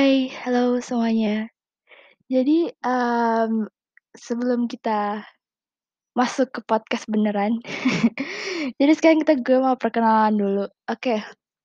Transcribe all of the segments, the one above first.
Hai, halo semuanya. Jadi, sebelum kita masuk ke podcast beneran, jadi sekarang gue mau perkenalan dulu. Oke,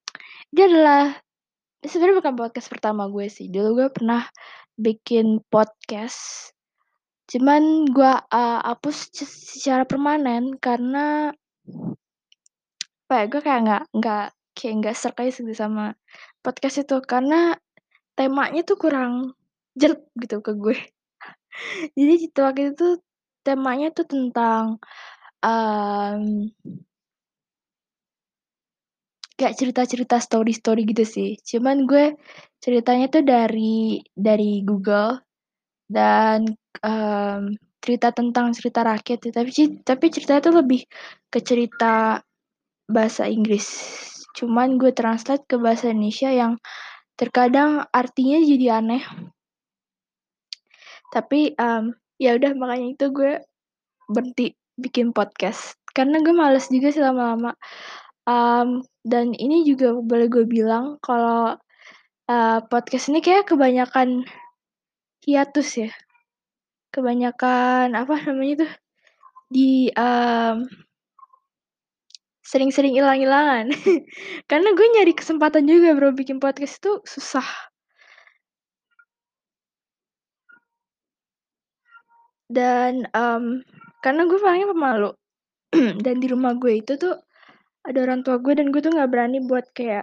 ini sebenarnya bukan podcast pertama gue sih, dulu gue pernah bikin podcast, cuman gue, hapus secara permanen karena, apa ya, gue kayak nggak sreg aja sih sama podcast itu, karena temanya tuh kurang jelek gitu ke gue. Jadi waktu itu temanya tuh tentang, mmm, kayak cerita-cerita story-story gitu sih. Cuman gue ceritanya tuh dari Google dan, cerita tentang cerita rakyat sih, tapi ceritanya tuh lebih ke cerita bahasa Inggris. Cuman gue translate ke bahasa Indonesia yang terkadang artinya jadi aneh, tapi, ya udah makanya itu gue berhenti bikin podcast, karena gue males juga sih lama-lama. Dan ini juga boleh gue bilang kalau, podcast ini kayaknya kebanyakan hiatus ya, kebanyakan apa namanya tuh, di, sering-sering ilang-ilangan. Karena gue nyari kesempatan juga Bro, bikin podcast itu susah dan, karena gue orangnya pemalu dan di rumah gue itu tuh ada orang tua gue dan gue tuh nggak berani buat kayak,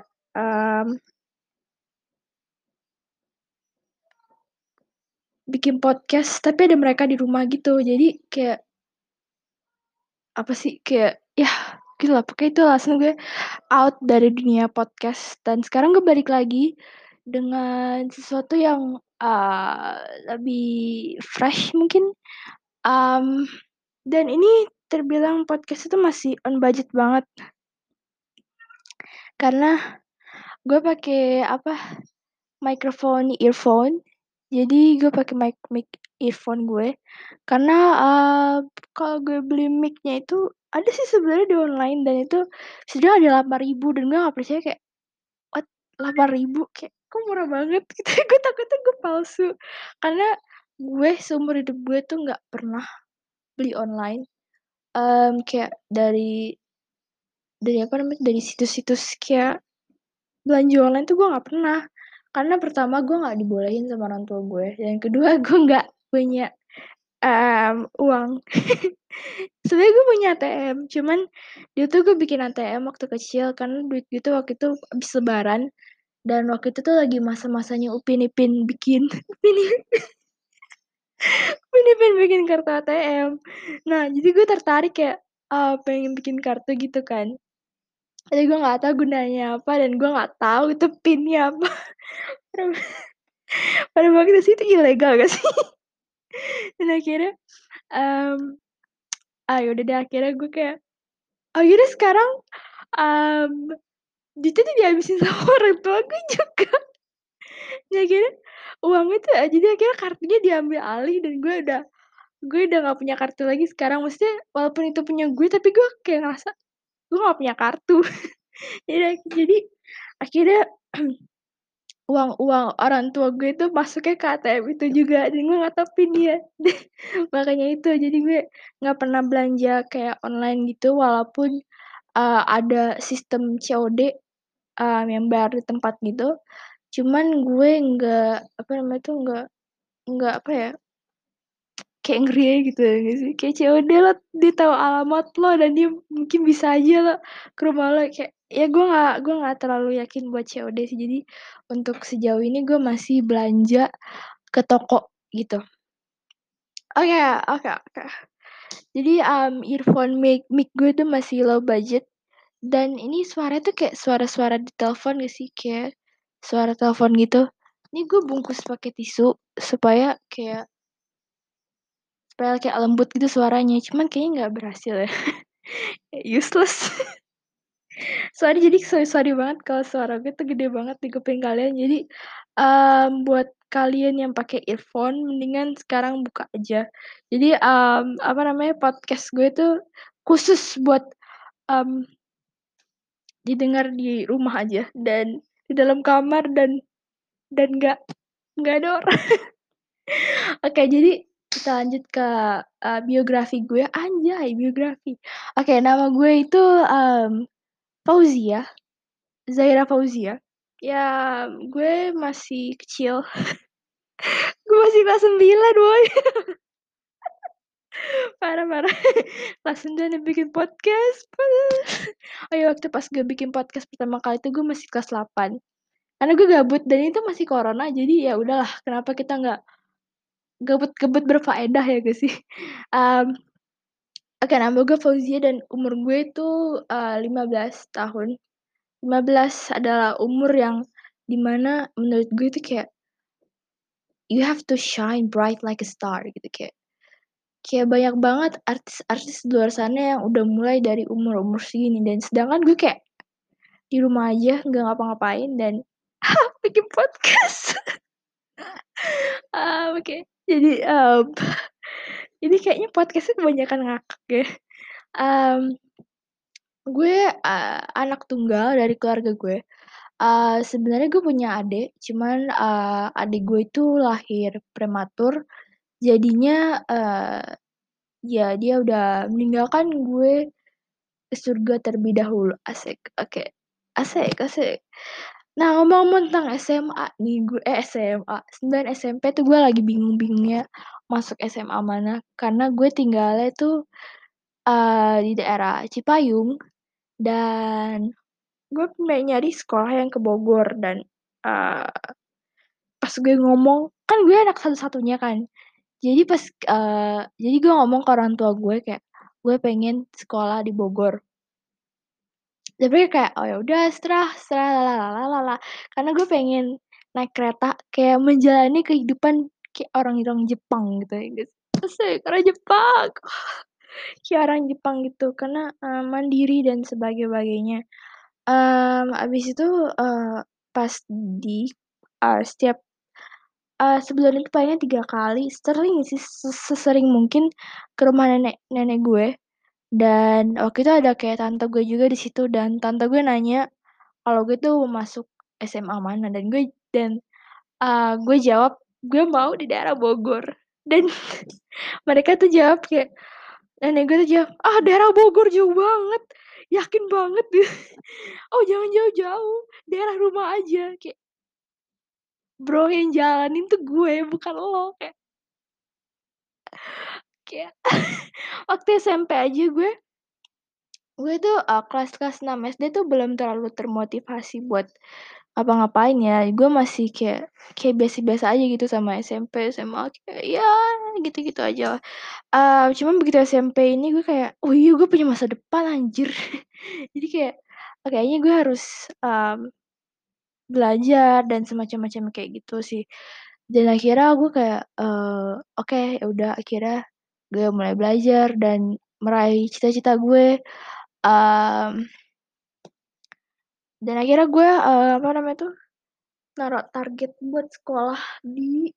bikin podcast tapi ada mereka di rumah gitu. Jadi kayak, apa sih, kayak, yah gitulah pokoknya itu alasan gue out dari dunia podcast dan sekarang gue balik lagi dengan sesuatu yang, lebih fresh mungkin, mmm, dan ini terbilang podcast itu masih on budget banget karena gue pakai apa, microphone earphone. Jadi gue pakai mic earphone gue karena, kalau gue beli mic-nya itu ada sih sebenarnya di online dan itu sebenarnya ada 8.000 dan gue nggak percaya kayak, "What 8.000 kayak kok murah banget?" Gitu. Gue takutnya gue palsu. Karena gue seumur hidup gue tuh nggak pernah beli online, kayak dari apa namanya, dari situs-situs kayak belanja online tuh gue nggak pernah. Karena pertama gue nggak dibolehin sama orang tua gue, dan kedua gue nggak punya, uang. Sebenarnya gue punya ATM, cuman dia tuh gue bikin ATM waktu kecil karena duit itu waktu itu habis lebaran dan waktu itu tuh lagi masa-masanya Upin Ipin bikin Upin Ipin bikin kartu ATM. Nah, jadi gue tertarik kayak, pengen bikin kartu gitu kan. Tapi gue nggak tahu gunanya apa dan gue nggak tahu itu PIN-nya apa. Pada waktu itu ilegal gak sih? Dan akhirnya, mmm, ya udah deh akhirnya gue kayak, "Oh yaudah sekarang, mmm, duitnya tuh dihabisin sama orang tua gue juga." Ya akhirnya uangnya tuh jadi akhirnya kartunya diambil alih dan gue udah nggak punya kartu lagi sekarang. Maksudnya walaupun itu punya gue, tapi gue kayak ngerasa gue nggak punya kartu. Jadi akhirnya uang-uang orang tua gue itu masuknya ke ATM itu juga dan gue nggak tahu PIN-nya. Makanya itu, jadi gue nggak pernah belanja kayak online gitu walaupun, ada sistem COD, yang bayar di tempat gitu. Cuman gue nggak, apa namanya tuh, nggak apa ya, kayak ngeri aja gitu ya nggak sih? Kayak COD lo dia tahu alamat lo dan dia mungkin bisa aja lo ke rumah lo kayak ya gue nggak terlalu yakin buat COD sih. Jadi untuk sejauh ini gue masih belanja ke toko gitu. Oke oke oke. Jadi, earphone mic gue tuh masih low budget dan ini suaranya tuh kayak suara-suara di telepon nggak sih? Kayak suara telepon gitu. Ini gue bungkus pakai tisu supaya kayak lembut gitu suaranya, cuman kayaknya nggak berhasil ya, useless. Sorry banget kalau suara gue tuh gede banget di kuping kalian. Jadi, buat kalian yang pakai earphone mendingan sekarang buka aja. Jadi, apa namanya, podcast gue tuh khusus buat, mmm, didengar di rumah aja dan di dalam kamar dan nggak nggak ada orang. Oke, jadi kita lanjut ke, biografi gue, anjay biografi. Oke, nama gue itu, Fauzia, Zaira Fauzia. Ya, gue masih kecil, gue masih kelas 9 Boy, parah parah. Kelas 9 udah bikin podcast. Oh iya, waktu pas gue bikin podcast pertama kali itu gue masih kelas 8. Karena gue gabut dan itu masih corona, jadi ya udahlah, kenapa kita nggak gabut-gabut berfaedah ya gak sih? Mmm, oke, nama gue Fauzia dan umur gue itu, 15 tahun. 15 adalah umur yang di mana menurut gue itu kayak, you have to shine bright like a star gitu, kayak kayak banyak banget artis-artis di luar sana yang udah mulai dari umur-umur segini dan sedangkan gue kayak di rumah aja nggak ngapa-ngapain dan bikin podcast. Oke. Jadi, ini kayaknya podcast-nya kebanyakan ngakak ya. Mmm, gue, anak tunggal dari keluarga gue. Sebenarnya gue punya adik, cuman, adik gue itu lahir prematur, jadinya, ya dia udah meninggalkan gue ke surga terlebih dahulu, asik, oke. Asik asik. Nah, ngomong-ngomong tentang SMA nih, SMA, dan SMP tuh gue lagi bingung-bingungnya masuk SMA mana, karena gue tinggalnya tuh, di daerah Cipayung dan gue pengen nyari sekolah yang ke Bogor dan, eee, pas gue ngomong kan gue anak satu-satunya kan, jadi gue ngomong ke orang tua gue kayak, "Gue pengen sekolah di Bogor." Tapi kayak, "Oh ya udah serah serah lalala," karena gue pengen naik kereta kayak menjalani kehidupan kayak orang-orang Jepang gitu ya guys. Asik, orang Jepang, kayak orang Jepang gitu karena, mandiri dan sebagainya. Abis itu, pas di setiap sebulan itu palingnya 3 kali, sering sih, sesering mungkin ke rumah nenek gue, dan waktu itu ada kayak tante gue juga di situ dan tante gue nanya kalau gue tuh mau masuk SMA mana dan gue jawab, "Gue mau di daerah Bogor." Dan mereka tuh jawab kayak nenek gue tuh jawab, "Ah, daerah Bogor jauh banget, yakin banget?" "Oh, jangan jauh-jauh, daerah rumah aja." Kayak, "Bro, yang jalanin tuh gue, bukan lo." Kayak waktu SMP aja gue tuh, kelas 6 SD tuh belum terlalu termotivasi buat ngapa-ngapain ya, gue masih kayak kayak biasa-biasa aja gitu sama SMP, SMA, kayak ya gitu-gitu aja. Cuman begitu SMP ini gue kayak, "Oh iya, gue punya masa depan anjir." Jadi kayak, kayaknya gue harus, belajar dan semacam-macam kayak gitu sih. Dan akhirnya gue kayak, oke, ya udah akhirnya gue mulai belajar dan meraih cita-cita gue, mmm, dan akhirnya gue, apa namanya tuh, naruh target buat sekolah di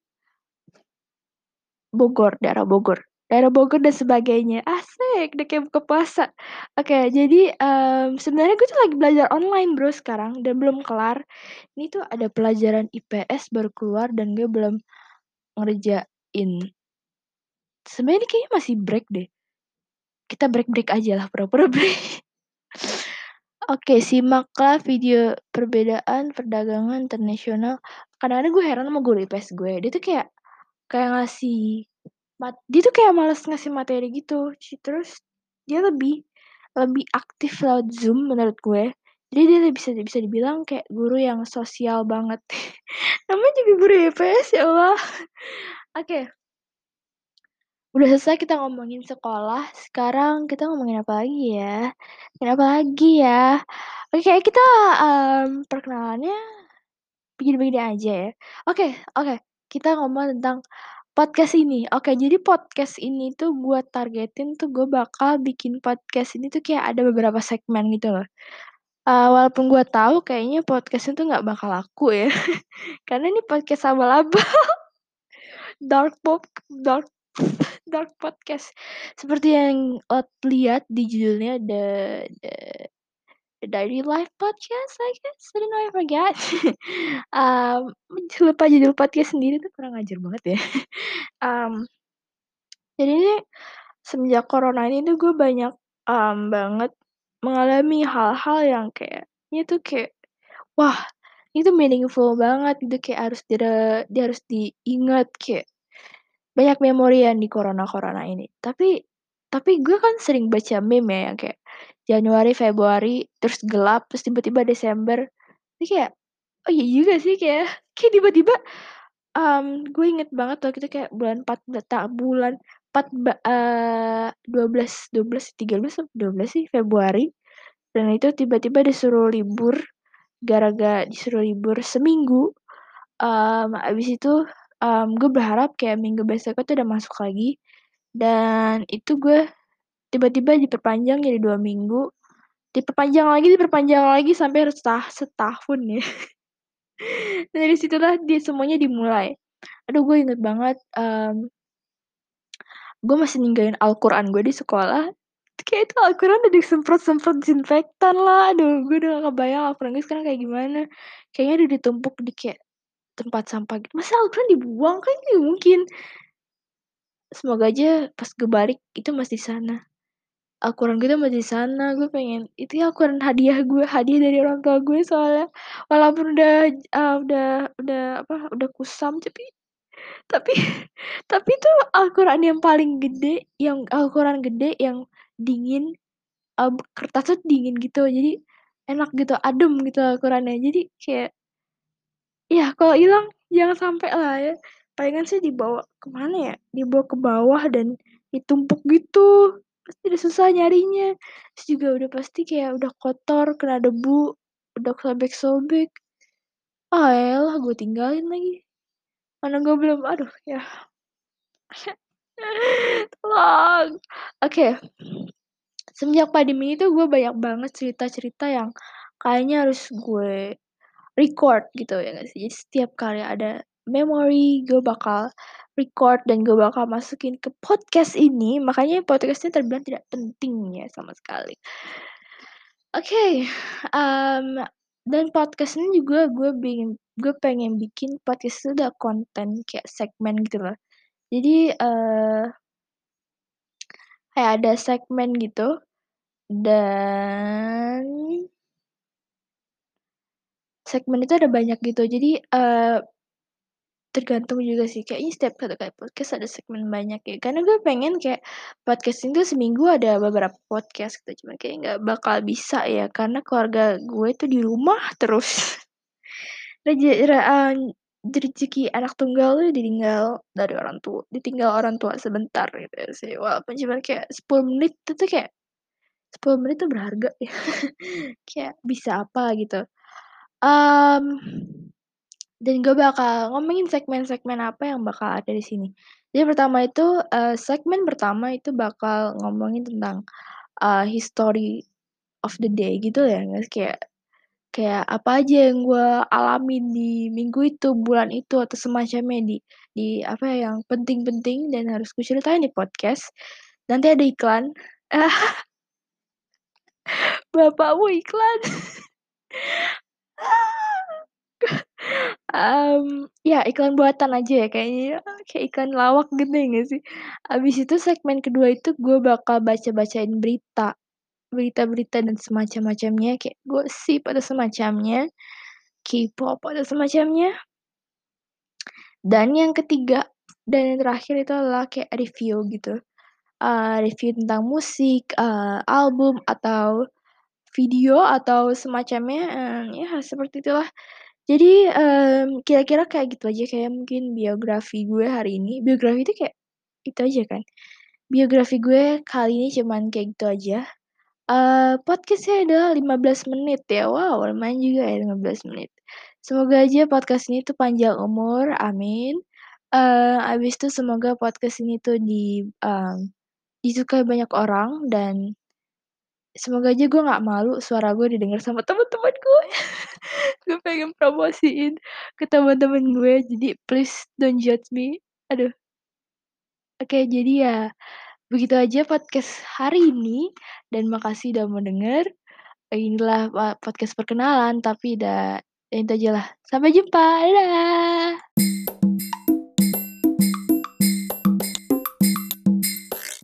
Bogor, daerah Bogor dan sebagainya. Asik, udah kayak buka puasa. Oke, jadi, sebenarnya gue tuh lagi belajar online Bro sekarang dan belum kelar. Ini tuh ada pelajaran IPS baru keluar dan gue belum ngerjain. Sebenarnya ini kayaknya masih break deh. Kita break-break aja lah, pura-pura break. Oke, simaklah video perbedaan perdagangan internasional. Kadang-kadang gue heran sama guru IPS gue. Dia tuh kayak kayak ngasih dia tuh kayak males ngasih materi gitu, terus dia lebih lebih aktif lewat Zoom menurut gue. Jadi dia bisa dibilang kayak guru yang sosial banget. Namanya juga guru IPS, ya Allah. Oke, udah selesai kita ngomongin sekolah, sekarang kita ngomongin apa lagi ya? Kenapa lagi ya? Oke, kayak kita, perkenalannya begini-begini aja ya. Oke oke, kita ngomong tentang podcast ini. Oke, jadi podcast ini tuh gue targetin tuh gue bakal bikin podcast ini tuh kayak ada beberapa segmen gitu loh. Walaupun gue tahu kayaknya podcast itu nggak bakal laku ya, karena ini podcast abal-abal, dark pop dark dark podcast. Seperti yang lihat di judulnya Daily Life Podcast, I guess, I don't know, I forgot. Mmm, lupa judul podcast sendiri tuh kurang ajar banget ya. Mmm, jadi ini semenjak corona ini tuh gue banyak, banget mengalami hal-hal yang kayaknya tuh kayak, wah, itu meaningful banget gitu, kayak harus diingat, kayak banyak memori yang di corona-corona ini. Tapi gue kan sering baca meme ya, yang kayak Januari, Februari, terus gelap, terus tiba-tiba Desember. Jadi kayak, oh iya juga sih, kayak tiba-tiba, gue inget banget waktu itu kayak bulan 4 12, 13 apa 12 sih, Februari, dan itu tiba-tiba disuruh libur seminggu. Abis itu, gue berharap kayak minggu besoknya tuh udah masuk lagi, dan itu gue tiba-tiba diperpanjang jadi 2 minggu, diperpanjang lagi sampai harus setahun ya. Dari situlah semuanya dimulai. Aduh, gue inget banget, gue masih ninggalin Al-Quran gue di sekolah, kayak itu Al-Quran udah disemprot-semprot disinfektan lah, aduh gue udah gak kebayang Al-Quran gue sekarang kayak gimana. Kayaknya udah ditumpuk di kayak tempat sampah gitu, masa Al-Quran dibuang? Kan nggak mungkin. Semoga aja pas gue balik itu masih di sana. Al-Quran gue tuh masih di sana, gue pengen itu ya Al-Quran hadiah dari orang tua gue soalnya. Walaupun udah kusam, tapi tapi itu Al-Quran yang paling gede, yang Al-Quran gede yang dingin, kertasnya dingin gitu, jadi enak gitu, adem gitu Al-Qurannya. Jadi kayak, ya kalau hilang jangan sampai lah ya. Palingan sih dibawa kemana ya? Dibawa ke bawah dan ditumpuk gitu. Pasti udah susah nyarinya. Terus juga udah pasti kayak udah kotor, kena debu, udah sobek-sobek. Ah elah gue tinggalin lagi. Mana gue belum, aduh ya. Tolong. Oke, semenjak pandemi itu gue banyak banget cerita-cerita yang kayaknya harus gue record gitu ya nggak sih? Jadi setiap kali ada memori, gue bakal record dan gue bakal masukin ke podcast ini, makanya podcast-nya terbilang tidak penting ya sama sekali. Oke, dan podcast ini juga gue pengen bikin podcast itu udah konten kayak segmen gitu loh. Jadi, kayak ada segmen gitu dan segmen itu ada banyak gitu. Jadi, tergantung juga sih, kayaknya setiap satu kali podcast ada segmen banyak ya, karena gue pengen kayak podcast itu seminggu ada beberapa podcast gitu, cuma kayak nggak bakal bisa ya, karena keluarga gue tuh di rumah terus. Rezeki anak tunggal tuh ditinggal orang tua sebentar gitu ya sih, walaupun cuma kayak 10 menit, itu kayak 10 menit tuh berharga ya, kayak bisa apa gitu. Mmm Dan gue bakal ngomongin segmen-segmen apa yang bakal ada di sini. Jadi pertama itu, segmen pertama itu bakal ngomongin tentang, history of the day gitu ya, nggak sih? Kayak kayak apa aja yang gue alamin di minggu itu, bulan itu, atau semacamnya di apa ya, yang penting-penting dan harus kuceritain di podcast. Nanti ada iklan. Bapakmu iklan. Ya iklan buatan aja ya kayaknya ya, kayak iklan lawak gitu ya nggak sih? Abis itu segmen kedua itu gue bakal baca-bacain berita-berita dan semacam-macamnya, kayak gosip atau semacamnya, K-pop atau semacamnya. Dan yang ketiga dan yang terakhir itu adalah kayak review gitu, review tentang musik, album atau video atau semacamnya, ya seperti itulah. Jadi, kira-kira kayak gitu aja, kayak mungkin biografi gue hari ini. Biografi itu kayak itu aja kan. Biografi gue kali ini cuman kayak gitu aja. Podcast-nya adalah 15 menit ya. Wow, lumayan juga ya 15 menit. Semoga aja podcast ini tuh panjang umur, amin. Habis itu semoga podcast ini tuh disukai banyak orang dan semoga aja gue nggak malu suara gue didengar sama teman-teman gue. Gue pengen promosiin ke teman-teman gue, jadi please don't judge me. Aduh, oke jadi ya begitu aja podcast hari ini dan makasih udah mau denger. inilah, podcast perkenalan, tapi udah ya itu ajalah. Sampai jumpa, dadah.